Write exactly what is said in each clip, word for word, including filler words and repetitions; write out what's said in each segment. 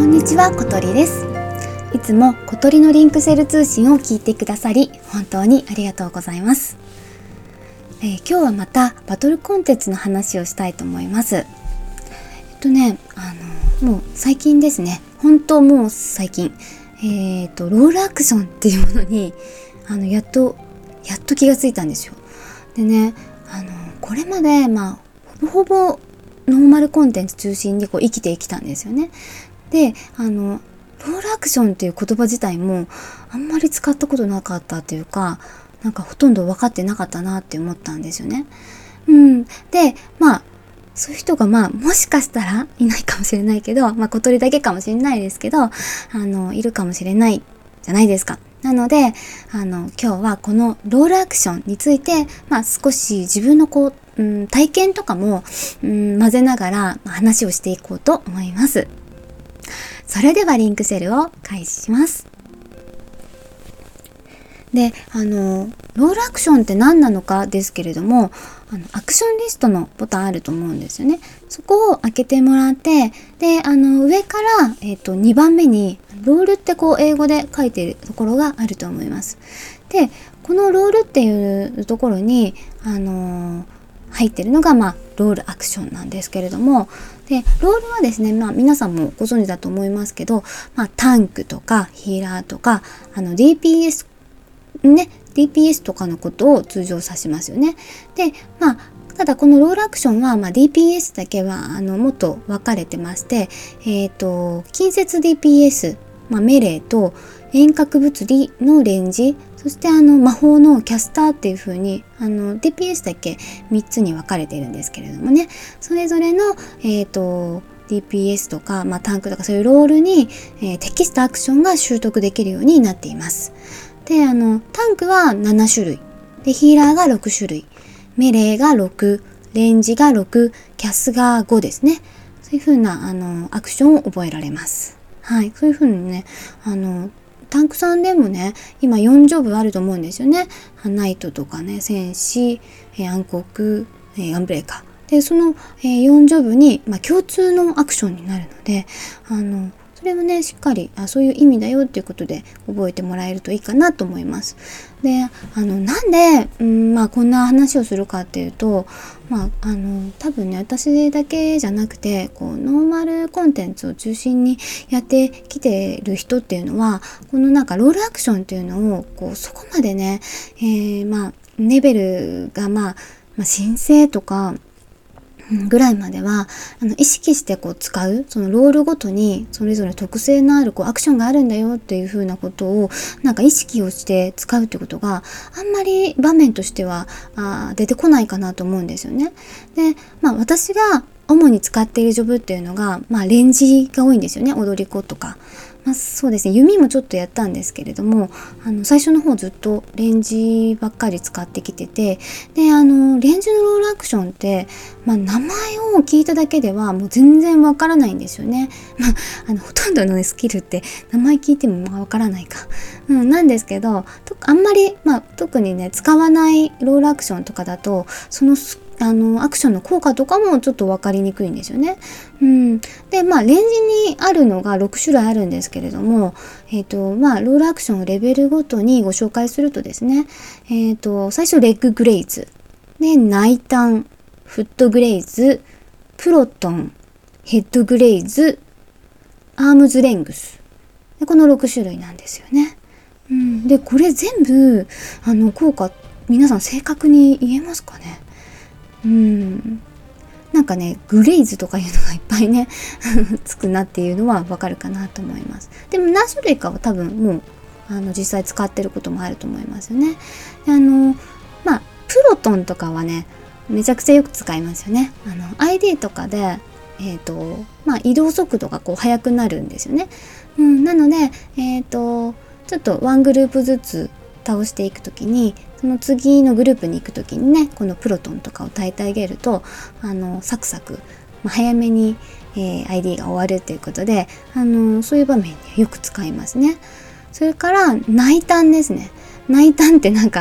こんにちは、小鳥です。いつも小鳥のリンクセル通信を聞いてくださり本当にありがとうございます。えー、今日はまたバトルコンテンツの話をしたいと思います。えっとね、あのもう最近ですね、本当もう最近、えーとロールアクションっていうものにあのやっとやっと気がついたんですよ。でね、あのこれまでまあほぼほぼノーマルコンテンツ中心にこう生きてきたんですよね。で、あのロールアクションっていう言葉自体もあんまり使ったことなかったっていうか、なんかほとんど分かってなかったなって思ったんですよね。うん。で、まあそういう人がまあもしかしたらいないかもしれないけど、まあ小鳥だけかもしれないですけど、あのいるかもしれないじゃないですか。なので、あの今日はこのロールアクションについて、まあ少し自分のこう、うん、体験とかも、うん、混ぜながら話をしていこうと思います。それではリンクセルを開始します。で、あのロールアクションって何なのかですけれども、あのアクションリストのボタンあると思うんですよね。そこを開けてもらって、で、あの上から、えっと、にばんめにロールってこう英語で書いているところがあると思います。で、このロールっていうところにあの入ってるのが、まあ、ロールアクションなんですけれども、でロールはですね、まあ、皆さんもご存知だと思いますけど、まあ、タンクとかヒーラーとかあの ディーピーエス ね ディーピーエス とかのことを通常指しますよね。で、まあただこのロールアクションは、まあ、ディーピーエス だけはあのもっと分かれてまして、えっと近接 ディーピーエス、まあ、メレーと遠隔物理のレンジ、そしてあの魔法のキャスターっていう風にあの ディーピーエス だけみっつに分かれているんですけれどもね、それぞれの、えーと、ディーピーエス とか、まあ、タンクとかそういうロールに、えー、適したアクションが習得できるようになっています。で、あのタンクはななしゅるいで、ヒーラーがろくしゅるい、メレーがろく、レンジがろく、キャスがごですね。そういう風なあのアクションを覚えられます。はい、そういう風にね、あのタンクさんでもね、今よんジョブあると思うんですよね。ナイトとかね、戦士、えー、暗黒、えー、アンブレイカー。で、その、えー、よんジョブに、まあ、共通のアクションになるので、あの、それをね、しっかりあそういう意味だよっていうことで覚えてもらえるといいかなと思います。で、あの、なんで、うん、まあ、こんな話をするかっていうと、まあ、あの、多分ね、私だけじゃなくて、こう、ノーマルコンテンツを中心にやってきてる人っていうのは、このなんかロールアクションっていうのを、こう、そこまでね、えー、まあ、レベルが、まあ、まあ、申請とか、ぐらいまではあの意識してこう使う、そのロールごとにそれぞれ特性のあるこうアクションがあるんだよっていう風なことをなんか意識をして使うってことがあんまり場面としてはあ出てこないかなと思うんですよね。で、まあ私が主に使っているジョブっていうのが、まあ、レンジが多いんですよね。踊り子とか。まあ、そうですね、弓もちょっとやったんですけれども、あの最初の方ずっとレンジばっかり使ってきてて、であのレンジのロールアクションって、まあ、名前を聞いただけではもう全然わからないんですよね。まあ、あのほとんどの、ね、スキルって名前聞いてもまあわからないか、うん、なんですけど、とあんまり、まあ、特にね使わないロールアクションとかだとそのスあのアクションの効果とかもちょっと分かりにくいんですよね。うん、でまあレンジにあるのがろくしゅるいあるんですけれども、えーとまあ、ロールアクションをレベルごとにご紹介するとですね、えーと最初レッググレイズで内タン、フットグレイズ、プロトン、ヘッドグレイズ、アームズレングスで、このろくしゅるいなんですよね。うん、でこれ全部あの効果皆さん正確に言えますかね。うん、なんかねグレイズとかいうのがいっぱいねつくなっていうのはわかるかなと思います。でも何種類かは多分もうあの実際使ってることもあると思いますよね。であのまあプロトンとかはねめちゃくちゃよく使いますよね。あの アイディー とかで、えーとまあ、移動速度がこう速くなるんですよね。うん、なので、えーとちょっとワングループずつ倒していくときに、その次のグループに行くときにね、このプロトンとかを炊いてあげるとあのサクサク、まあ、早めに、えー、アイディー が終わるということで、あのそういう場面によく使いますね。それから内タンですね。内タンってなんか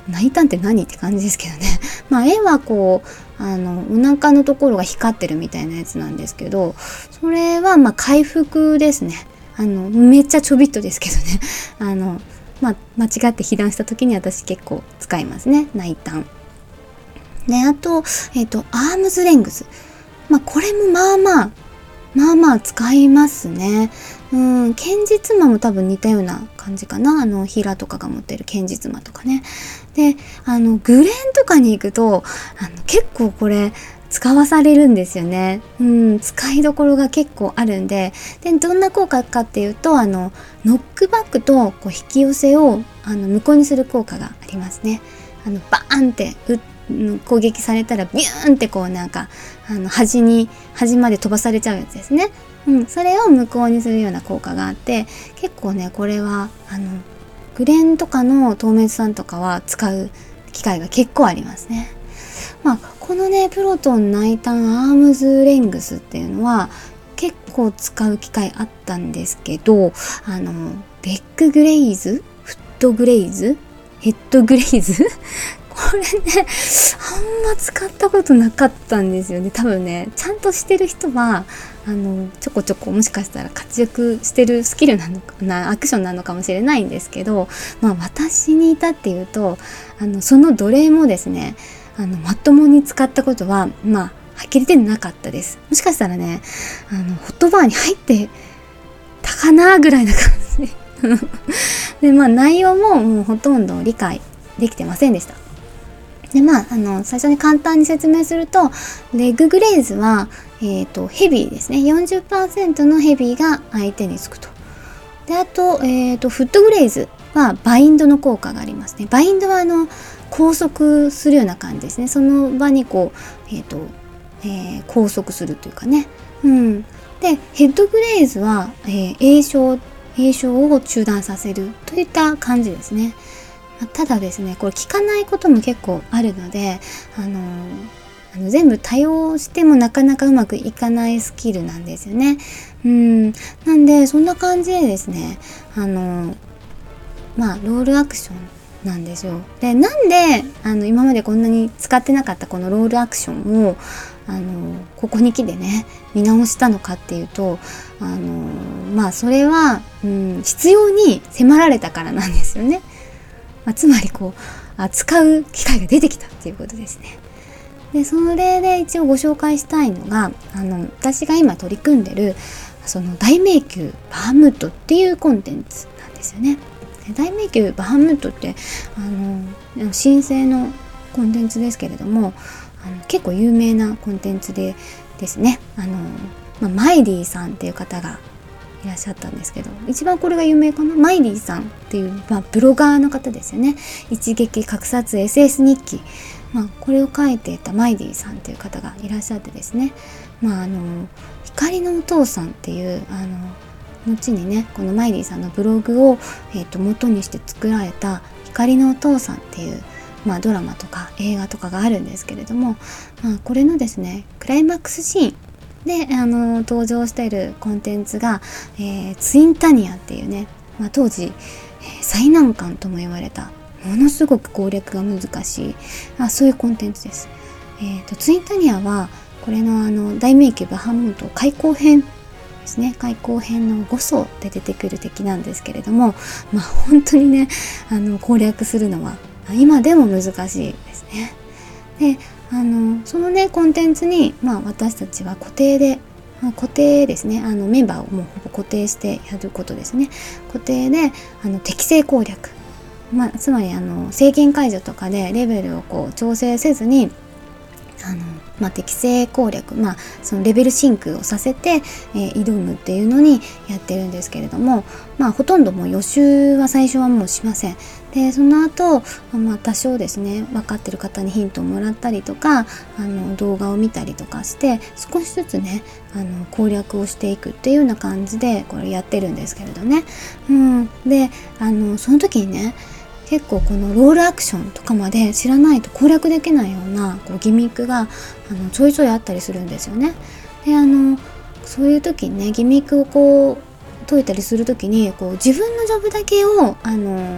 内胆って何って感じですけどねまあ絵はこうあのお腹のところが光ってるみたいなやつなんですけど、それはまあ回復ですね。あのめっちゃちょびっとですけどねあの、まあ、間違って被弾した時に私結構使いますね、内胆で。あと、えっとアームズレングス、まあこれもまあまあまあまあ使いますね。うん、剣術馬も多分似たような感じかな。あの、ヒラとかが持ってる剣術馬とかね。で、あの、グレンとかに行くと、あの、結構これ、使わされるんですよね。うん、使いどころが結構あるんで。で、どんな効果かっていうと、あの、ノックバックとこう引き寄せを、あの、無効にする効果がありますね。あの、バーンって打って、攻撃されたらビューンってこうなんかあの端に端まで飛ばされちゃうやつですね。うん、それを無効にするような効果があって、結構ねこれはあのグレンとかの透明さんとかは使う機会が結構ありますね。まあこのねプロトン内胆アームズレングスっていうのは結構使う機会あったんですけど、あのレッググレイズ、フットグレイズ、ヘッドグレイズこれねあんま使ったことなかったんですよね。多分ねちゃんとしてる人はあのちょこちょこもしかしたら活躍してるスキルなのかな、アクションなのかもしれないんですけど、まあ私に至って言うとあのそのどれもですねあのまともに使ったことはまあはっきり言ってなかったです。もしかしたらねあのホットバーに入ってたかなぐらいな感じで、まあ内容ももうほとんど理解できてませんでした。でまあ、あの最初に簡単に説明すると、レッググレイズは、えーと、ヘビーですね。 よんじゅっパーセント のヘビーが相手につくと。であと,、えーとフットグレイズはバインドの効果がありますね。バインドはあの拘束するような感じですね。その場にこう、えーとえー、拘束するというかね、うん、でヘッドグレイズは、えー、栄唱栄唱を中断させるといった感じですね。ただですねこれ効かないことも結構あるので、あのー、あの全部多用してもなかなかうまくいかないスキルなんですよね。うんなんでそんな感じでですねあのー、まあロールアクションなんですよ。でなんであの今までこんなに使ってなかったこのロールアクションをあのー、ここに来てね見直したのかっていうと、あのー、まあそれは、うん、必要に迫られたからなんですよね。まあ、つまりこう扱う機会が出てきたっていうことですね。でそれで一応ご紹介したいのがあの私が今取り組んでるその大迷宮バハムートっていうコンテンツなんですよね。で大迷宮バハムートってあの神聖のコンテンツですけれども、あの結構有名なコンテンツでですね、あの、まあ、マイリーさんっていう方がいらっしゃったんですけど、一番これが有名かな。マイリーさんっていう、まあ、ブロガーの方ですよね。一撃格殺 エスエス 日記、まあ、これを書いていたマイリーさんっていう方がいらっしゃってですね、まあ、あの光のお父さんっていうあの後にねこのマイリーさんのブログを、えー、と元にして作られた光のお父さんっていう、まあ、ドラマとか映画とかがあるんですけれども、まあ、これのですねクライマックスシーンであの登場しているコンテンツが、えー、ツインタニアっていうね、まあ、当時、えー、最難関とも言われたものすごく攻略が難しいあそういうコンテンツです。えーと、ツインタニアはこれのあの大迷宮バハムート開口編ですね。開口編のご層で出てくる敵なんですけれども、まあ本当にねあの攻略するのは今でも難しいですね。であのそのねコンテンツに、まあ、私たちは固定で、まあ、固定ですねあのメンバーをもうほぼ固定してやることですね。固定であの適正攻略、まあ、つまりあの制限解除とかでレベルをこう調整せずにあの、まあ、適正攻略、まあ、そのレベルシンクをさせて、えー、挑むっていうのにやってるんですけれども、まあ、ほとんどもう予習は最初はもうしません。でその後、まあ、多少ですね分かってる方にヒントをもらったりとかあの動画を見たりとかして少しずつねあの攻略をしていくっていうような感じでこれやってるんですけれどね、うん、であのその時にね結構このロールアクションとかまで知らないと攻略できないようなこうギミックがあのちょいちょいあったりするんですよね。であのそういう時にねギミックをこう解いたりする時にこう自分のジョブだけをあの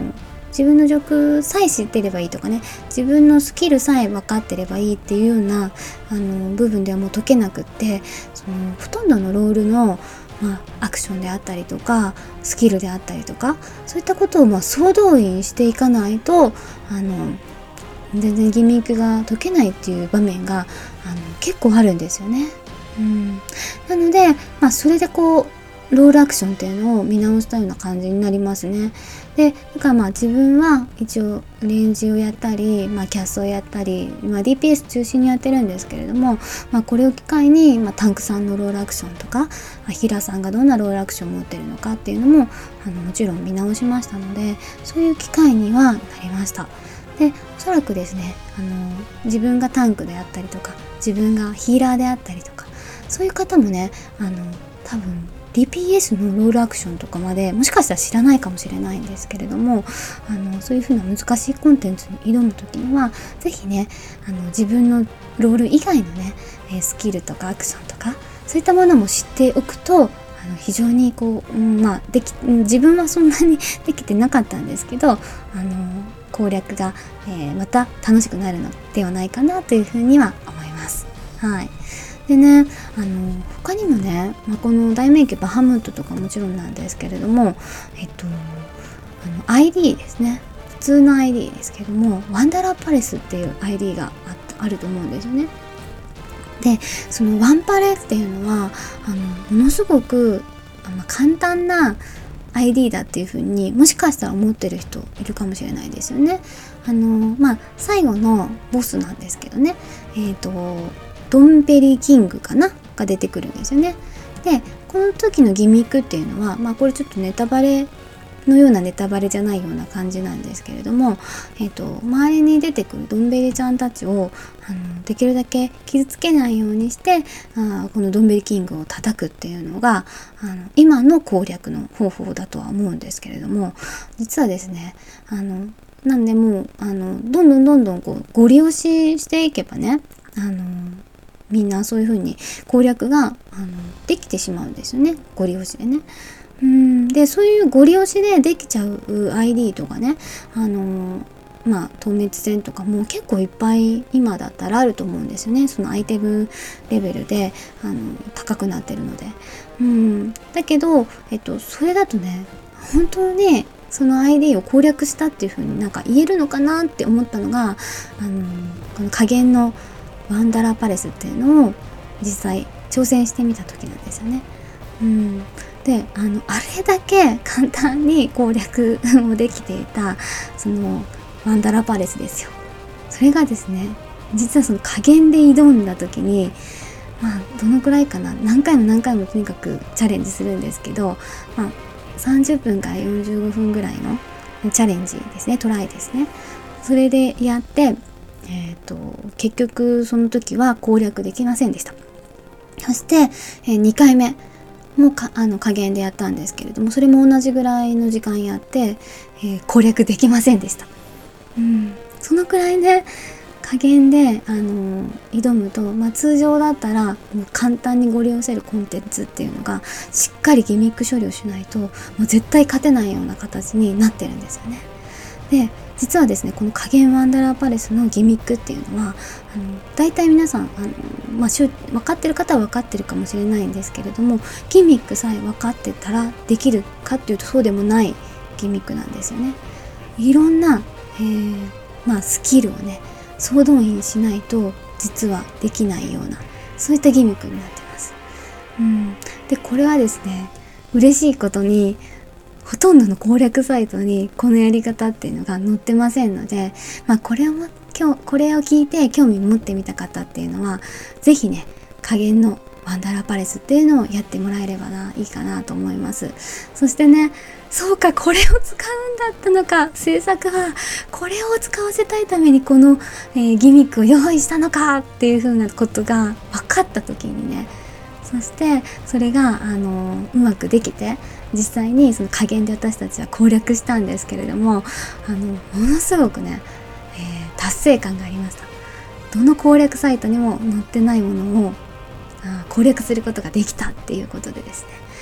自分の曲さえ知ってればいいとかね、自分のスキルさえ分かってればいいっていうようなあの部分ではもう解けなくって、そのほとんどのロールの、まあ、アクションであったりとかスキルであったりとか、そういったことをまあ総動員していかないとあの全然ギミックが解けないっていう場面があの結構あるんですよね。うん、なので、まあ、それでこうロールアクションっていうのを見直したような感じになりますね。で、だからまあ自分は一応レンジをやったり、まあ、キャスをやったり、まあ、ディーピーエス 中心にやってるんですけれども、まあ、これを機会に、まあ、タンクさんのロールアクションとかヒラさんがどんなロールアクションを持ってるのかっていうのもあのもちろん見直しましたので、そういう機会にはなりました。で、おそらくですね、あの自分がタンクであったりとか自分がヒーラーであったりとか、そういう方もね、あの多分ディーピーエス のロールアクションとかまでもしかしたら知らないかもしれないんですけれども、あのそういう風な難しいコンテンツに挑む時にはぜひね、あの自分のロール以外のねスキルとかアクションとかそういったものも知っておくと、あの非常にこう、うん、まあでき自分はそんなにできてなかったんですけど、あの攻略が、えー、また楽しくなるのではないかなというふうには思います。はい。でね、あの他にもね、まあ、この大迷宮バハムートとかもちろんなんですけれども、えっとあの アイディー ですね。普通の アイディー ですけども、ワンダラーパレスっていう アイディー が あ, あると思うんですよね。で、そのワンパレっていうのはあのものすごく、まあ、簡単な アイディー だっていう風にもしかしたら思ってる人いるかもしれないですよね。あのまあ最後のボスなんですけどね、えっとドンベリキングかなが出てくるんですよね。で、この時のギミックっていうのは、まあこれちょっとネタバレのようなネタバレじゃないような感じなんですけれども、えっと周りに出てくるドンベリちゃんたちをあのできるだけ傷つけないようにしてあこのドンベリキングを叩くっていうのがあの今の攻略の方法だとは思うんですけれども、実はですね、あのなんでもうあのどんどんどんどんこうご利用ししていけばね、あのみんなそういう風に攻略があのできてしまうんですよね、ご利用しでね。うんで、そういうご利用しでできちゃう アイディー とかね、あのまあ透滅戦とかも結構いっぱい今だったらあると思うんですよね。そのアイテムレベルであの高くなってるので。うんだけど、えっと、それだとね、本当にその アイディー を攻略したっていう風になんか言えるのかなって思ったのが、あのこの加減のワンダラーパレスっていうのを実際挑戦してみた時なんですよね。うん、で、あのあれだけ簡単に攻略もできていたそのワンダラーパレスですよ。それがですね、実はその加減で挑んだ時に、まあどのくらいかな、何回も何回もとにかくチャレンジするんですけど、まあさんじゅっぷんからよんじゅうごふんぐらいのチャレンジですね、トライですね。それでやってえーと、結局その時は攻略できませんでした。そして、えー、にかいめもかあの加減でやったんですけれども、それも同じぐらいの時間やって、えー、攻略できませんでした。うん、そのくらいね、加減で、あのー、挑むと、まあ、通常だったらもう簡単にご利用せるコンテンツっていうのがしっかりギミック処理をしないともう絶対勝てないような形になってるんですよね。で、実はですね、この加減ワンダラーパレスのギミックっていうのは、あの大体皆さんあの、まあ、分かってる方は分かってるかもしれないんですけれども、ギミックさえ分かってたらできるかっていうとそうでもないギミックなんですよね。いろんな、えーまあ、スキルをね総動員しないと実はできないような、そういったギミックになってます。うん、でこれはですね、嬉しいことにほとんどの攻略サイトにこのやり方っていうのが載ってませんので、まあこれを今日これを聞いて興味持ってみた方っていうのはぜひね、加減のワンダラーパレスっていうのをやってもらえればないいかなと思います。そしてね、そうか、これを使うんだったのか、制作はこれを使わせたいためにこの、えー、ギミックを用意したのかっていう風なことが分かった時にね、そしてそれがあのうまくできて実際にその加減で私たちは攻略したんですけれども、あのものすごくね、えー、達成感がありました。どの攻略サイトにも載ってないものをあ攻略することができたっていうことでですね、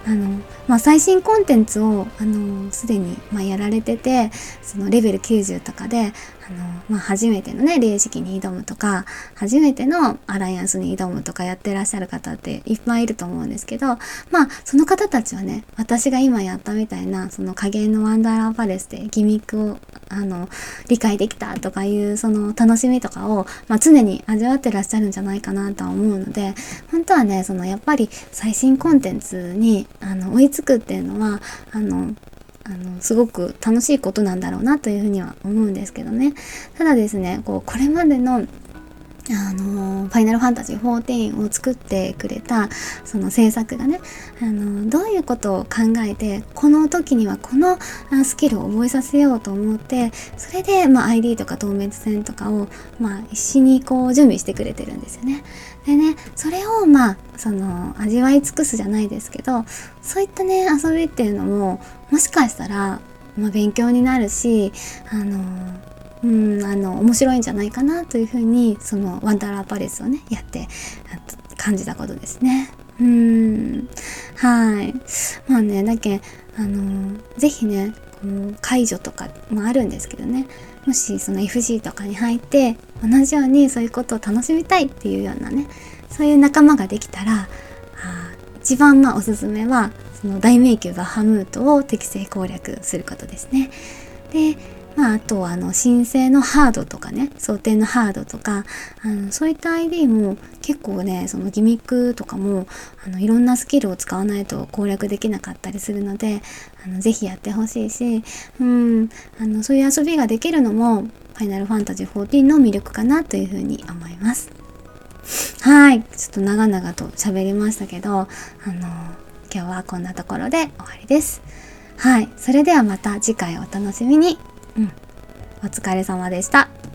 あの、まあ、最新コンテンツをあのすでに、まあ、やられてて、そのレベルきゅうじゅうとかであの、まあ、初めてのね霊式に挑むとか、初めてのアライアンスに挑むとかやってらっしゃる方っていっぱいいると思うんですけど、まあその方たちはね、私が今やったみたいなその影絵のワンダーラーパレスでギミックをあの理解できたとかいうその楽しみとかを、まあ、常に味わってらっしゃるんじゃないかなとは思うので、本当はね、そのやっぱり最新コンテンツにあの追いつくっていうのはあのあのすごく楽しいことなんだろうなというふうには思うんですけどね。ただですね、こうこれまでのあのファイナルファンタジーじゅうよんを作ってくれたその制作がね、あのどういうことを考えて、この時にはこのスキルを覚えさせようと思って、それで、まあ、アイディー とか透明線とかを、まあ、必死にこう準備してくれてるんですよね。でね、それをまあその味わい尽くすじゃないですけど、そういったね遊びっていうのももしかしたら、まあ、勉強になるし、あのうん、あの面白いんじゃないかなというふうに、そのワンダーラーパレスをねやって感じたことですね。うん、はい。まあね、だけあのぜひね、この解除とかもあるんですけどね、もしその エフジー とかに入って同じようにそういうことを楽しみたいっていうようなね、そういう仲間ができたら、あ一番まあおすすめはその大迷宮バッハムートを適正攻略することですね。でまあ、あとはあの申請のハードとかね、想定のハードとか、あのそういった アイディー も結構ね、そのギミックとかもあのいろんなスキルを使わないと攻略できなかったりするので、あのぜひやってほしいし、うん、あのそういう遊びができるのもファイナルファンタジーじゅうよんの魅力かなというふうに思います。はい、ちょっと長々と喋りましたけど、あの今日はこんなところで終わりです。はい、それではまた次回お楽しみに。うん、お疲れ様でした。